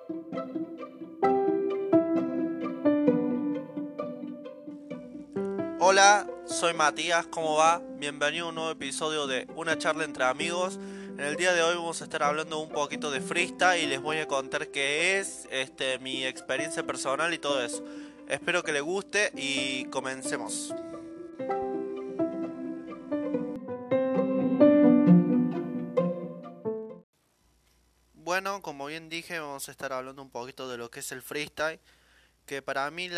Hola, soy Matías, ¿cómo va? Bienvenido a un nuevo episodio de Una charla entre amigos. En el día de hoy vamos a estar hablando un poquito de freestyle y les voy a contar qué es, mi experiencia personal y todo eso. Espero que les guste y comencemos. Bueno, como bien dije, vamos a estar hablando un poquito de lo que es el freestyle, que para mí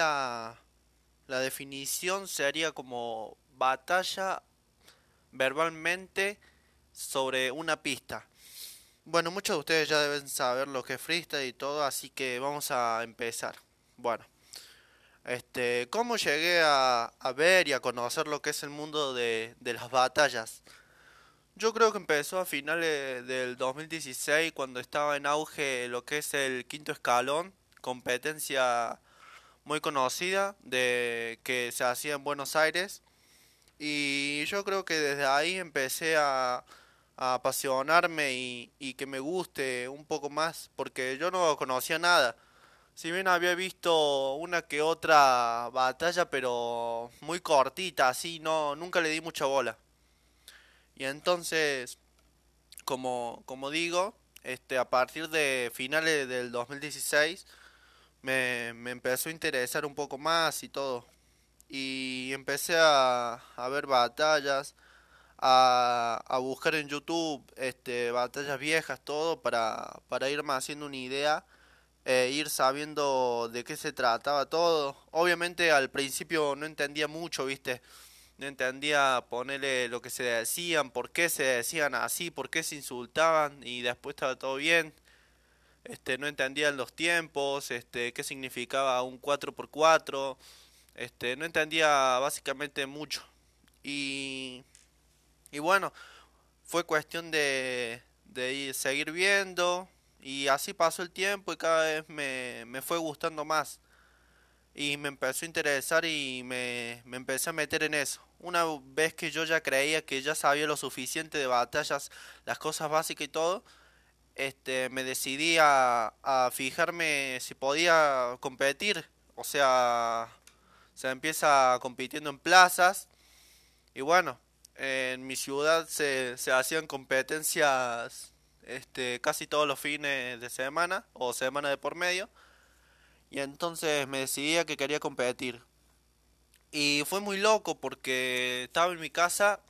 la definición sería como batalla verbalmente sobre una pista. Bueno, muchos de ustedes ya deben saber lo que es freestyle y todo, así que vamos a empezar. Bueno, ¿cómo llegué a ver y a conocer lo que es el mundo de las batallas? Yo creo que empezó a finales del 2016, cuando estaba en auge lo que es el quinto escalón, competencia muy conocida de que se hacía en Buenos Aires. Y yo creo que desde ahí empecé a apasionarme y que me guste un poco más, porque yo no conocía nada. Si bien había visto una que otra batalla, pero muy cortita, así, no, nunca le di mucha bola. Y entonces, como digo, a partir de finales del 2016 me empezó a interesar un poco más y todo. Y empecé a ver batallas, a buscar en YouTube batallas viejas, todo para irme haciendo una idea, ir sabiendo de qué se trataba todo. Obviamente al principio no entendía mucho, ¿viste? No entendía ponerle lo que se decían, por qué se decían así, por qué se insultaban y después estaba todo bien. No entendía los tiempos, qué significaba un 4x4, no entendía básicamente mucho. Y, y bueno, fue cuestión de seguir viendo y así pasó el tiempo y cada vez me fue gustando más y me empezó a interesar y me empecé a meter en eso. Una vez que yo ya creía que ya sabía lo suficiente de batallas, las cosas básicas y todo, me decidí a fijarme si podía competir. O sea, se empieza compitiendo en plazas y bueno, en mi ciudad se hacían competencias casi todos los fines de semana o semana de por medio. Y entonces me decidí a que quería competir. Y fue muy loco porque estaba en mi casa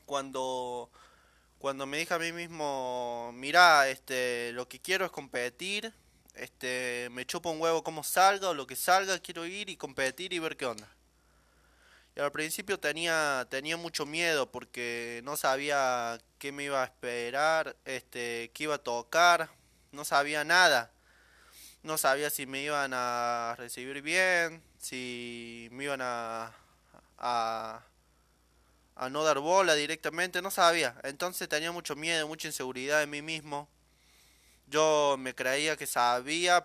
cuando me dije a mí mismo, mira, lo que quiero es competir, me chupo un huevo como salga o lo que salga, quiero ir y competir y ver qué onda. Y al principio tenía mucho miedo porque no sabía qué me iba a esperar, qué iba a tocar, no sabía nada. No sabía si me iban a recibir bien, si me iban a, a no dar bola directamente, no sabía. Entonces tenía mucho miedo, mucha inseguridad de mí mismo. Yo me creía que sabía,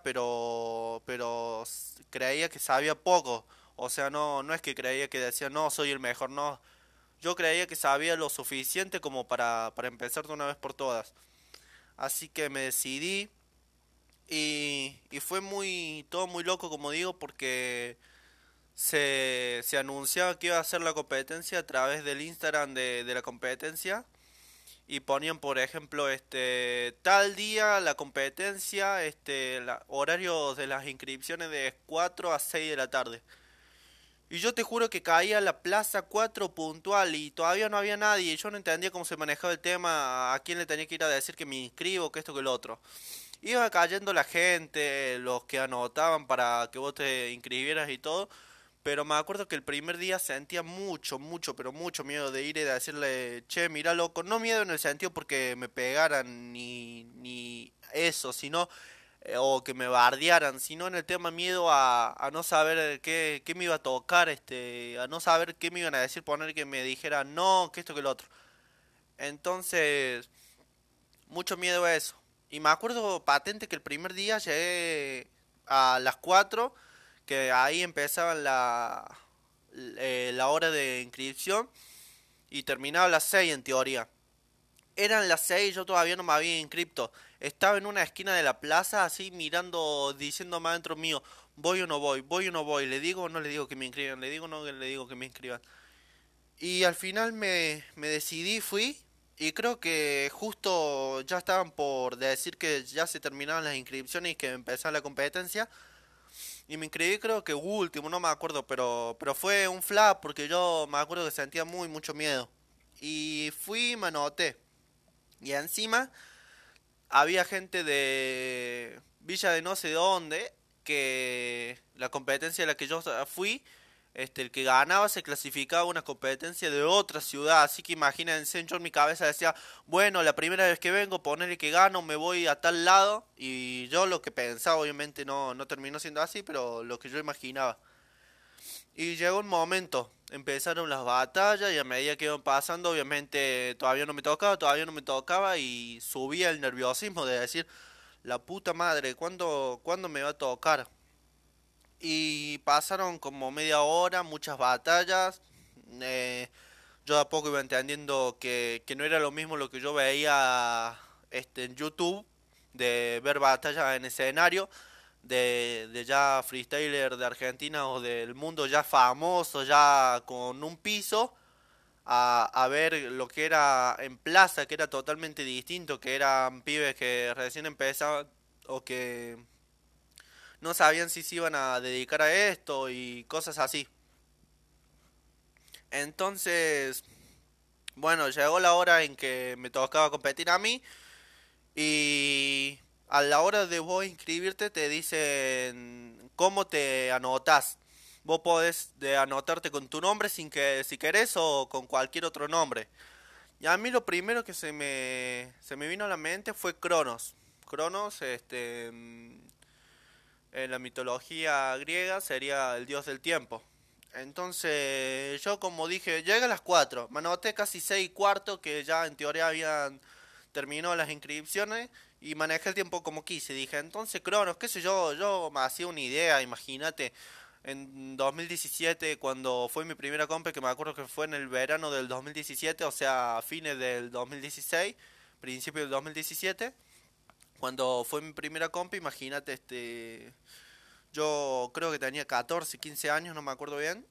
pero creía que sabía poco. O sea, no es que creía que decía, no, soy el mejor, no. Yo creía que sabía lo suficiente como para empezar de una vez por todas. Así que me decidí y fue todo muy loco, como digo, porque se anunciaba que iba a hacer la competencia a través del Instagram de la competencia y ponían, por ejemplo, tal día la competencia, horarios de las inscripciones de 4 a 6 de la tarde. Y yo te juro que caía a la plaza 4 puntual y todavía no había nadie. Y yo no entendía cómo se manejaba el tema, a quién le tenía que ir a decir que me inscribo, que esto, que lo otro. Iba cayendo la gente, los que anotaban para que vos te inscribieras y todo. Pero me acuerdo que el primer día sentía mucho, pero mucho miedo de ir y de decirle, che, mira loco, no miedo en el sentido porque me pegaran ni eso, sino, o que me bardearan, sino en el tema miedo a no saber qué me iba a tocar, a no saber qué me iban a decir, poner que me dijera no, que esto, que lo otro. Entonces, mucho miedo a eso. Y me acuerdo patente que el primer día llegué a las 4 que ahí empezaba la hora de inscripción y terminaba a las 6 en teoría. Eran las 6, yo todavía no me había inscrito. Estaba en una esquina de la plaza, así mirando, diciéndome adentro mío, voy o no voy, voy o no voy, le digo o no le digo que me inscriban, le digo o no le digo que me inscriban. Y al final me decidí, fui, y creo que justo ya estaban por decir que ya se terminaban las inscripciones y que empezaba la competencia. Y me inscribí creo que último, no me acuerdo, pero fue un flap porque yo me acuerdo que sentía mucho miedo. Y fui y me anoté. Y encima había gente de Villa de no sé dónde, que la competencia a la que yo fui, el que ganaba se clasificaba a una competencia de otra ciudad, así que imagínense, yo en mi cabeza decía, bueno, la primera vez que vengo, ponerle que gano, me voy a tal lado, y yo lo que pensaba, obviamente no terminó siendo así, pero lo que yo imaginaba. Y llegó un momento, empezaron las batallas y a medida que iban pasando, obviamente todavía no me tocaba y subía el nerviosismo de decir, la puta madre, ¿cuándo me va a tocar? Y pasaron como media hora, muchas batallas. eh, yo de a poco iba entendiendo que no era lo mismo lo que yo veía en YouTube, de ver batallas en escenario, de ya freestyler de Argentina o del mundo ya famoso, ya con un piso, a ver lo que era en plaza, que era totalmente distinto, que eran pibes que recién empezaban o que no sabían si se iban a dedicar a esto y cosas así. Entonces, bueno, llegó la hora en que me tocaba competir a mí y a la hora de vos inscribirte te dicen cómo te anotás. Vos podés de anotarte con tu nombre sin que si querés o con cualquier otro nombre. Y a mí lo primero que se me vino a la mente fue Cronos. Cronos, en la mitología griega sería el dios del tiempo. Entonces, yo como dije, llega a las 4 me anoté casi 6 y cuarto, que ya en teoría habían terminado las inscripciones, y manejé el tiempo como quise. Dije, entonces, Cronos, qué sé yo me hacía una idea, imagínate, en 2017, cuando fue mi primera compe, que me acuerdo que fue en el verano del 2017, o sea, fines del 2016, principio del 2017, cuando fue mi primera compe, imagínate, yo creo que tenía 14, 15 años, no me acuerdo bien.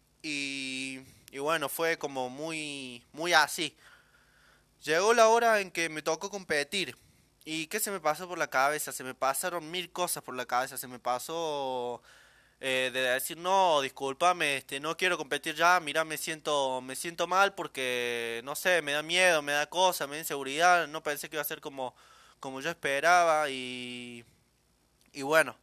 Y bueno, fue como muy así. Llegó la hora en que me tocó competir. ¿Y qué se me pasó por la cabeza? Se me pasaron mil cosas por la cabeza. Se me pasó de decir, no, discúlpame, no quiero competir ya. Mira, me siento mal porque, no sé, me da miedo, me da cosa, me da inseguridad. No pensé que iba a ser como yo esperaba. Y bueno.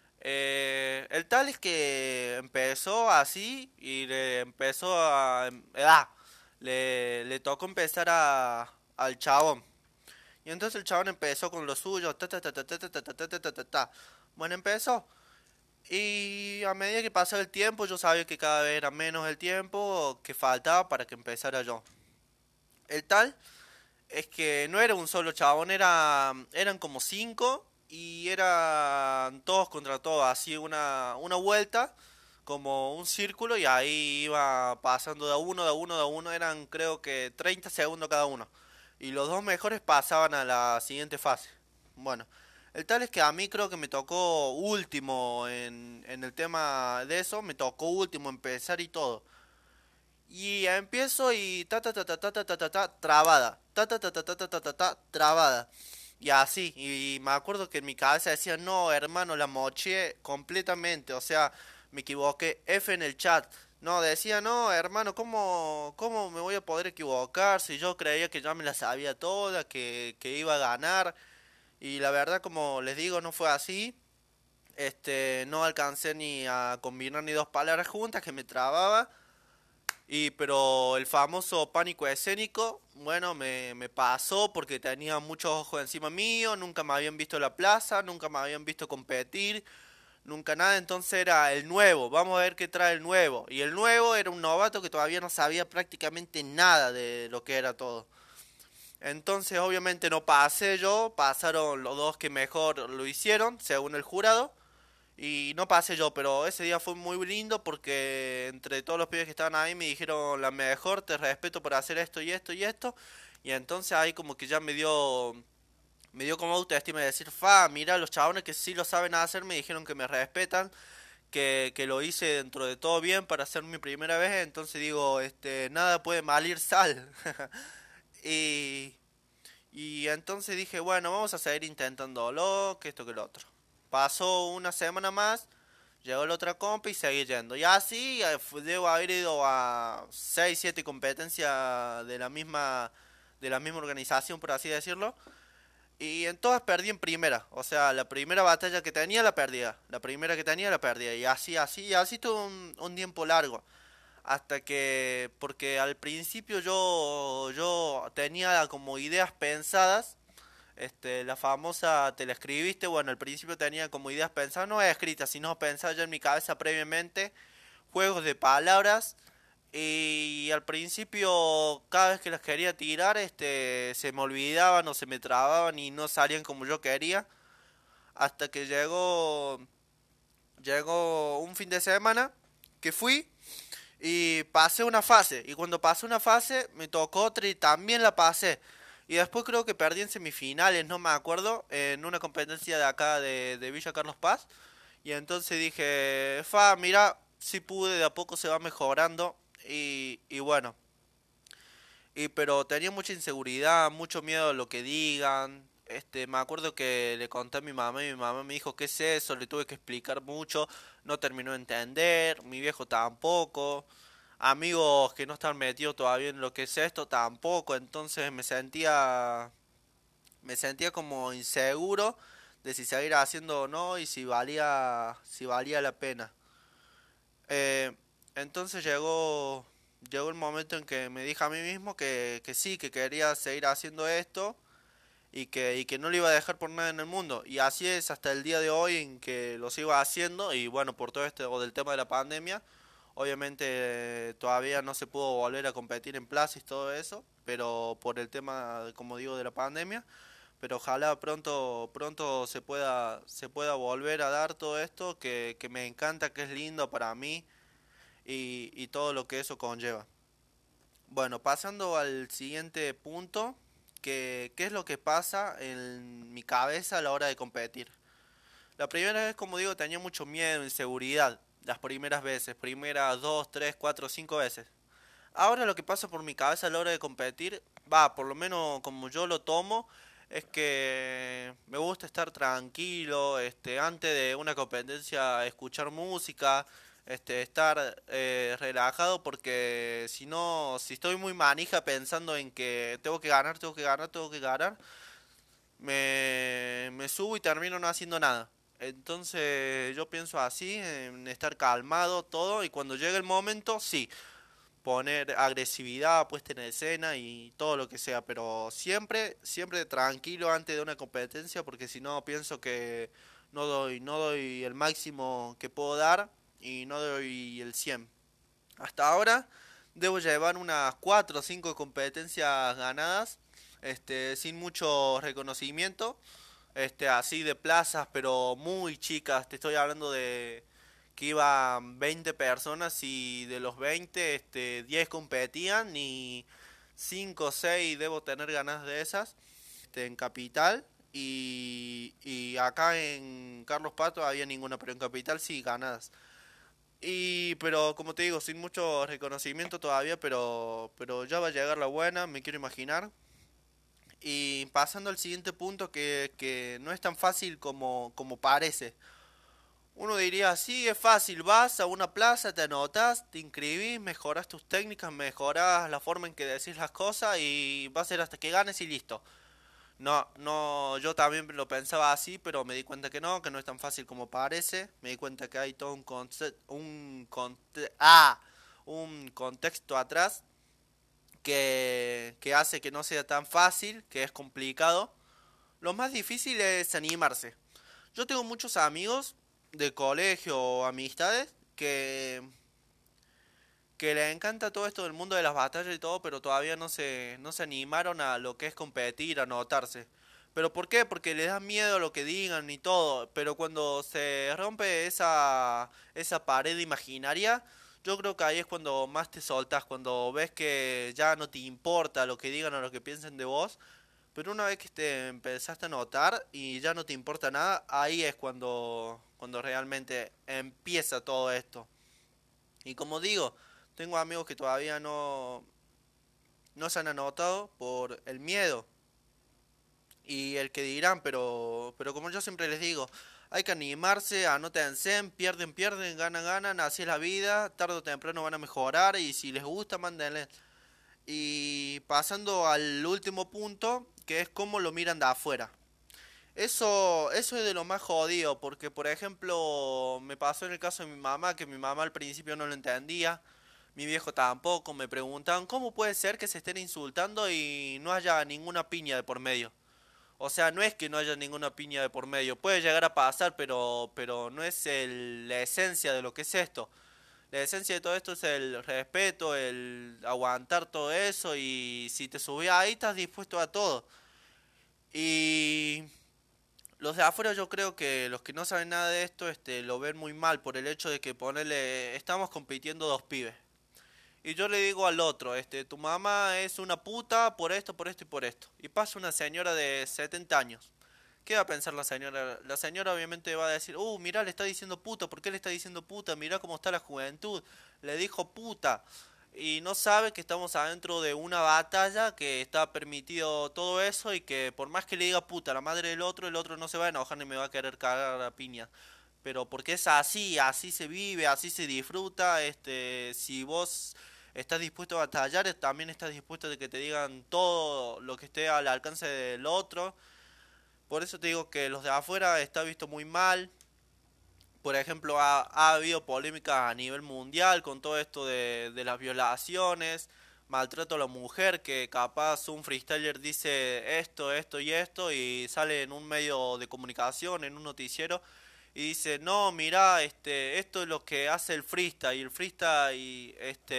El tal es que empezó así y le empezó a... le tocó empezar al chabón. Y entonces el chabón empezó con lo suyo. Ta, ta, ta, ta, ta, ta, ta, ta, ta, ta, ta, ta. Bueno, empezó. Y a medida que pasaba el tiempo, yo sabía que cada vez era menos el tiempo que faltaba para que empezara yo. El tal es que no era un solo chabón, eran como cinco y eran todos contra todos, así una vuelta, como un círculo y ahí iba pasando de a uno, de a uno, de a uno, eran creo que 30 segundos cada uno. Y los dos mejores pasaban a la siguiente fase. Bueno, el tal es que a mí creo que me tocó último en el tema de eso, me tocó último empezar y todo. Y empiezo y ta ta ta ta ta ta ta ta ta trabada. Ta ta ta ta ta ta ta ta ta trabada. Y así, y me acuerdo que en mi cabeza decía, no, hermano, la moché completamente, o sea, me equivoqué, F en el chat. No, decía, no, hermano, ¿cómo me voy a poder equivocar si yo creía que ya me la sabía toda, que iba a ganar? Y la verdad, como les digo, no fue así. No alcancé ni a combinar ni dos palabras juntas, que me trababa. Pero el famoso pánico escénico, bueno, me pasó porque tenía muchos ojos encima mío, nunca me habían visto en la plaza, nunca me habían visto competir, nunca nada, entonces era el nuevo, vamos a ver qué trae el nuevo. Y el nuevo era un novato que todavía no sabía prácticamente nada de lo que era todo. Entonces obviamente no pasé yo, pasaron los dos que mejor lo hicieron, según el jurado. Y no pasé yo, pero ese día fue muy lindo porque entre todos los pibes que estaban ahí me dijeron la mejor, te respeto por hacer esto y esto y esto. Y entonces ahí como que ya me dio como autoestima de decir, fa, mira, los chabones que sí lo saben hacer me dijeron que me respetan, que lo hice dentro de todo bien para hacer mi primera vez, entonces digo, nada puede malir sal. y, y entonces dije, bueno, vamos a seguir intentándolo, que esto que lo otro. Pasó una semana más, llegó la otra compa y seguí yendo. Y así debo haber ido a 6 7 competencias de la misma organización, por así decirlo. Y en todas perdí en primera. O sea, la primera batalla que tenía la perdía. La primera que tenía la perdía. Y así tuvo un tiempo largo. Hasta que, porque al principio yo tenía como ideas pensadas. La famosa, te la escribiste. Bueno, al principio tenía como ideas pensadas, no escritas, sino pensadas ya en mi cabeza previamente. Juegos de palabras y al principio, cada vez que las quería tirar, se me olvidaban o se me trababan y no salían como yo quería. Hasta que llegó un fin de semana que fui y pasé una fase. Y cuando pasé una fase, me tocó otra y también la pasé. Y después creo que perdí en semifinales, no me acuerdo, en una competencia de acá de Villa Carlos Paz. Y entonces dije, fa, mira, si pude, de a poco se va mejorando. Y bueno, pero tenía mucha inseguridad, mucho miedo a lo que digan. Me acuerdo que le conté a mi mamá y mi mamá me dijo, ¿qué es eso? Le tuve que explicar mucho, no terminó de entender, mi viejo tampoco, amigos que no están metidos todavía en lo que es esto tampoco, entonces me sentía como inseguro de si seguir haciendo o no y si valía la pena. Eh, entonces llegó el momento en que me dije a mí mismo que sí, que quería seguir haciendo esto y que no lo iba a dejar por nada en el mundo. Y así es hasta el día de hoy en que lo sigo haciendo y bueno, por todo esto del tema de la pandemia, obviamente todavía no se pudo volver a competir en plazas y todo eso, pero por el tema, como digo, de la pandemia, pero ojalá pronto se pueda volver a dar todo esto que me encanta, que es lindo para mí y todo lo que eso conlleva. Bueno, pasando al siguiente punto, ¿qué es lo que pasa en mi cabeza a la hora de competir? La primera vez, como digo, tenía mucho miedo, inseguridad, las primeras veces, primeras 2, 3, 4, 5 veces. Ahora lo que pasa por mi cabeza a la hora de competir, va, por lo menos como yo lo tomo, es que me gusta estar tranquilo, antes de una competencia escuchar música, estar relajado porque si no, si estoy muy manija pensando en que tengo que ganar, tengo que ganar, tengo que ganar, me subo y termino no haciendo nada. Entonces yo pienso así, en estar calmado, todo, y cuando llegue el momento, sí, poner agresividad, puesta en escena y todo lo que sea, pero siempre, siempre tranquilo antes de una competencia, porque si no pienso que no doy el máximo que puedo dar y no doy el 100. Hasta ahora debo llevar unas 4 o 5 competencias ganadas, sin mucho reconocimiento, así de plazas, pero muy chicas. Te estoy hablando de que iban 20 personas y de los 20, 10 competían y 5 o 6 debo tener ganas de esas, en Capital. Y acá en Carlos Pato había ninguna, pero en Capital sí ganadas. Pero como te digo, sin mucho reconocimiento todavía, pero ya va a llegar la buena, me quiero imaginar. Y pasando al siguiente punto que no es tan fácil como parece. Uno diría, sí, es fácil, vas a una plaza, te anotas, te inscribís, mejoras tus técnicas, mejoras la forma en que decís las cosas y va a ser hasta que ganes y listo. No, no, yo también lo pensaba así, pero me di cuenta que no es tan fácil como parece. Me di cuenta que hay todo un contexto atrás que hace que no sea tan fácil, que es complicado. Lo más difícil es animarse. Yo tengo muchos amigos de colegio o amistades que les encanta todo esto del mundo de las batallas y todo, pero todavía no se animaron a lo que es competir, a anotarse. ¿Pero por qué? Porque les da miedo lo que digan y todo, pero cuando se rompe esa pared imaginaria, Yo creo que ahí es cuando más te soltás, cuando ves que ya no te importa lo que digan o lo que piensen de vos, pero una vez que te empezaste a notar y ya no te importa nada, ahí es cuando realmente empieza todo esto. Y como digo, tengo amigos que todavía no se han anotado por el miedo y el que dirán, pero como yo siempre les digo, hay que animarse, anótense, pierden, pierden, ganan, ganan, así es la vida, tarde o temprano van a mejorar y si les gusta, mándenle. Y pasando al último punto, que es cómo lo miran de afuera. Eso es de lo más jodido, porque por ejemplo me pasó en el caso de mi mamá, que mi mamá al principio no lo entendía, mi viejo tampoco, me preguntaban cómo puede ser que se estén insultando y no haya ninguna piña de por medio. O sea, no es que no haya ninguna piña de por medio, puede llegar a pasar, pero no es la esencia de lo que es esto. La esencia de todo esto es el respeto, el aguantar todo eso y si te subís ahí estás dispuesto a todo. Y los de afuera yo creo que los que no saben nada de esto lo ven muy mal por el hecho de que ponerle estamos compitiendo dos pibes. Y yo le digo al otro, tu mamá es una puta por esto y por esto. Y pasa una señora de 70 años. ¿Qué va a pensar la señora? La señora obviamente va a decir, mirá, le está diciendo puta, ¿por qué le está diciendo puta? Mirá cómo está la juventud, le dijo puta. Y no sabe que estamos adentro de una batalla, que está permitido todo eso y que por más que le diga puta a la madre del otro, el otro no se va a enojar ni me va a querer cagar a piña. Pero porque es así, así se vive, así se disfruta, si vos estás dispuesto a batallar, también estás dispuesto de que te digan todo lo que esté al alcance del otro. Por eso te digo que los de afuera está visto muy mal. Por ejemplo, ha habido polémicas a nivel mundial con todo esto de las violaciones, maltrato a la mujer, que capaz un freestyler dice esto, esto y esto y sale en un medio de comunicación, en un noticiero y dice, no, mira, esto es lo que hace el freestyle y el freestyle,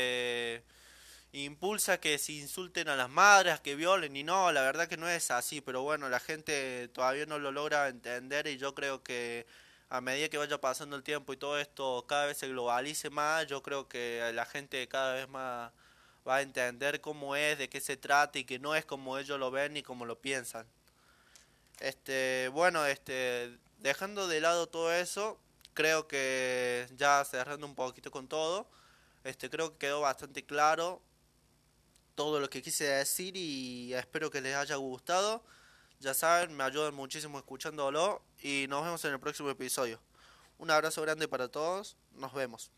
impulsa que se insulten a las madres, que violen y no, la verdad que no es así, pero bueno, la gente todavía no lo logra entender y yo creo que a medida que vaya pasando el tiempo y todo esto cada vez se globalice más, yo creo que la gente cada vez más va a entender cómo es, de qué se trata y que no es como ellos lo ven ni como lo piensan. Bueno, dejando de lado todo eso, creo que ya cerrando un poquito con todo, creo que quedó bastante claro todo lo que quise decir y espero que les haya gustado. Ya saben, me ayudan muchísimo escuchándolo y nos vemos en el próximo episodio. Un abrazo grande para todos, nos vemos.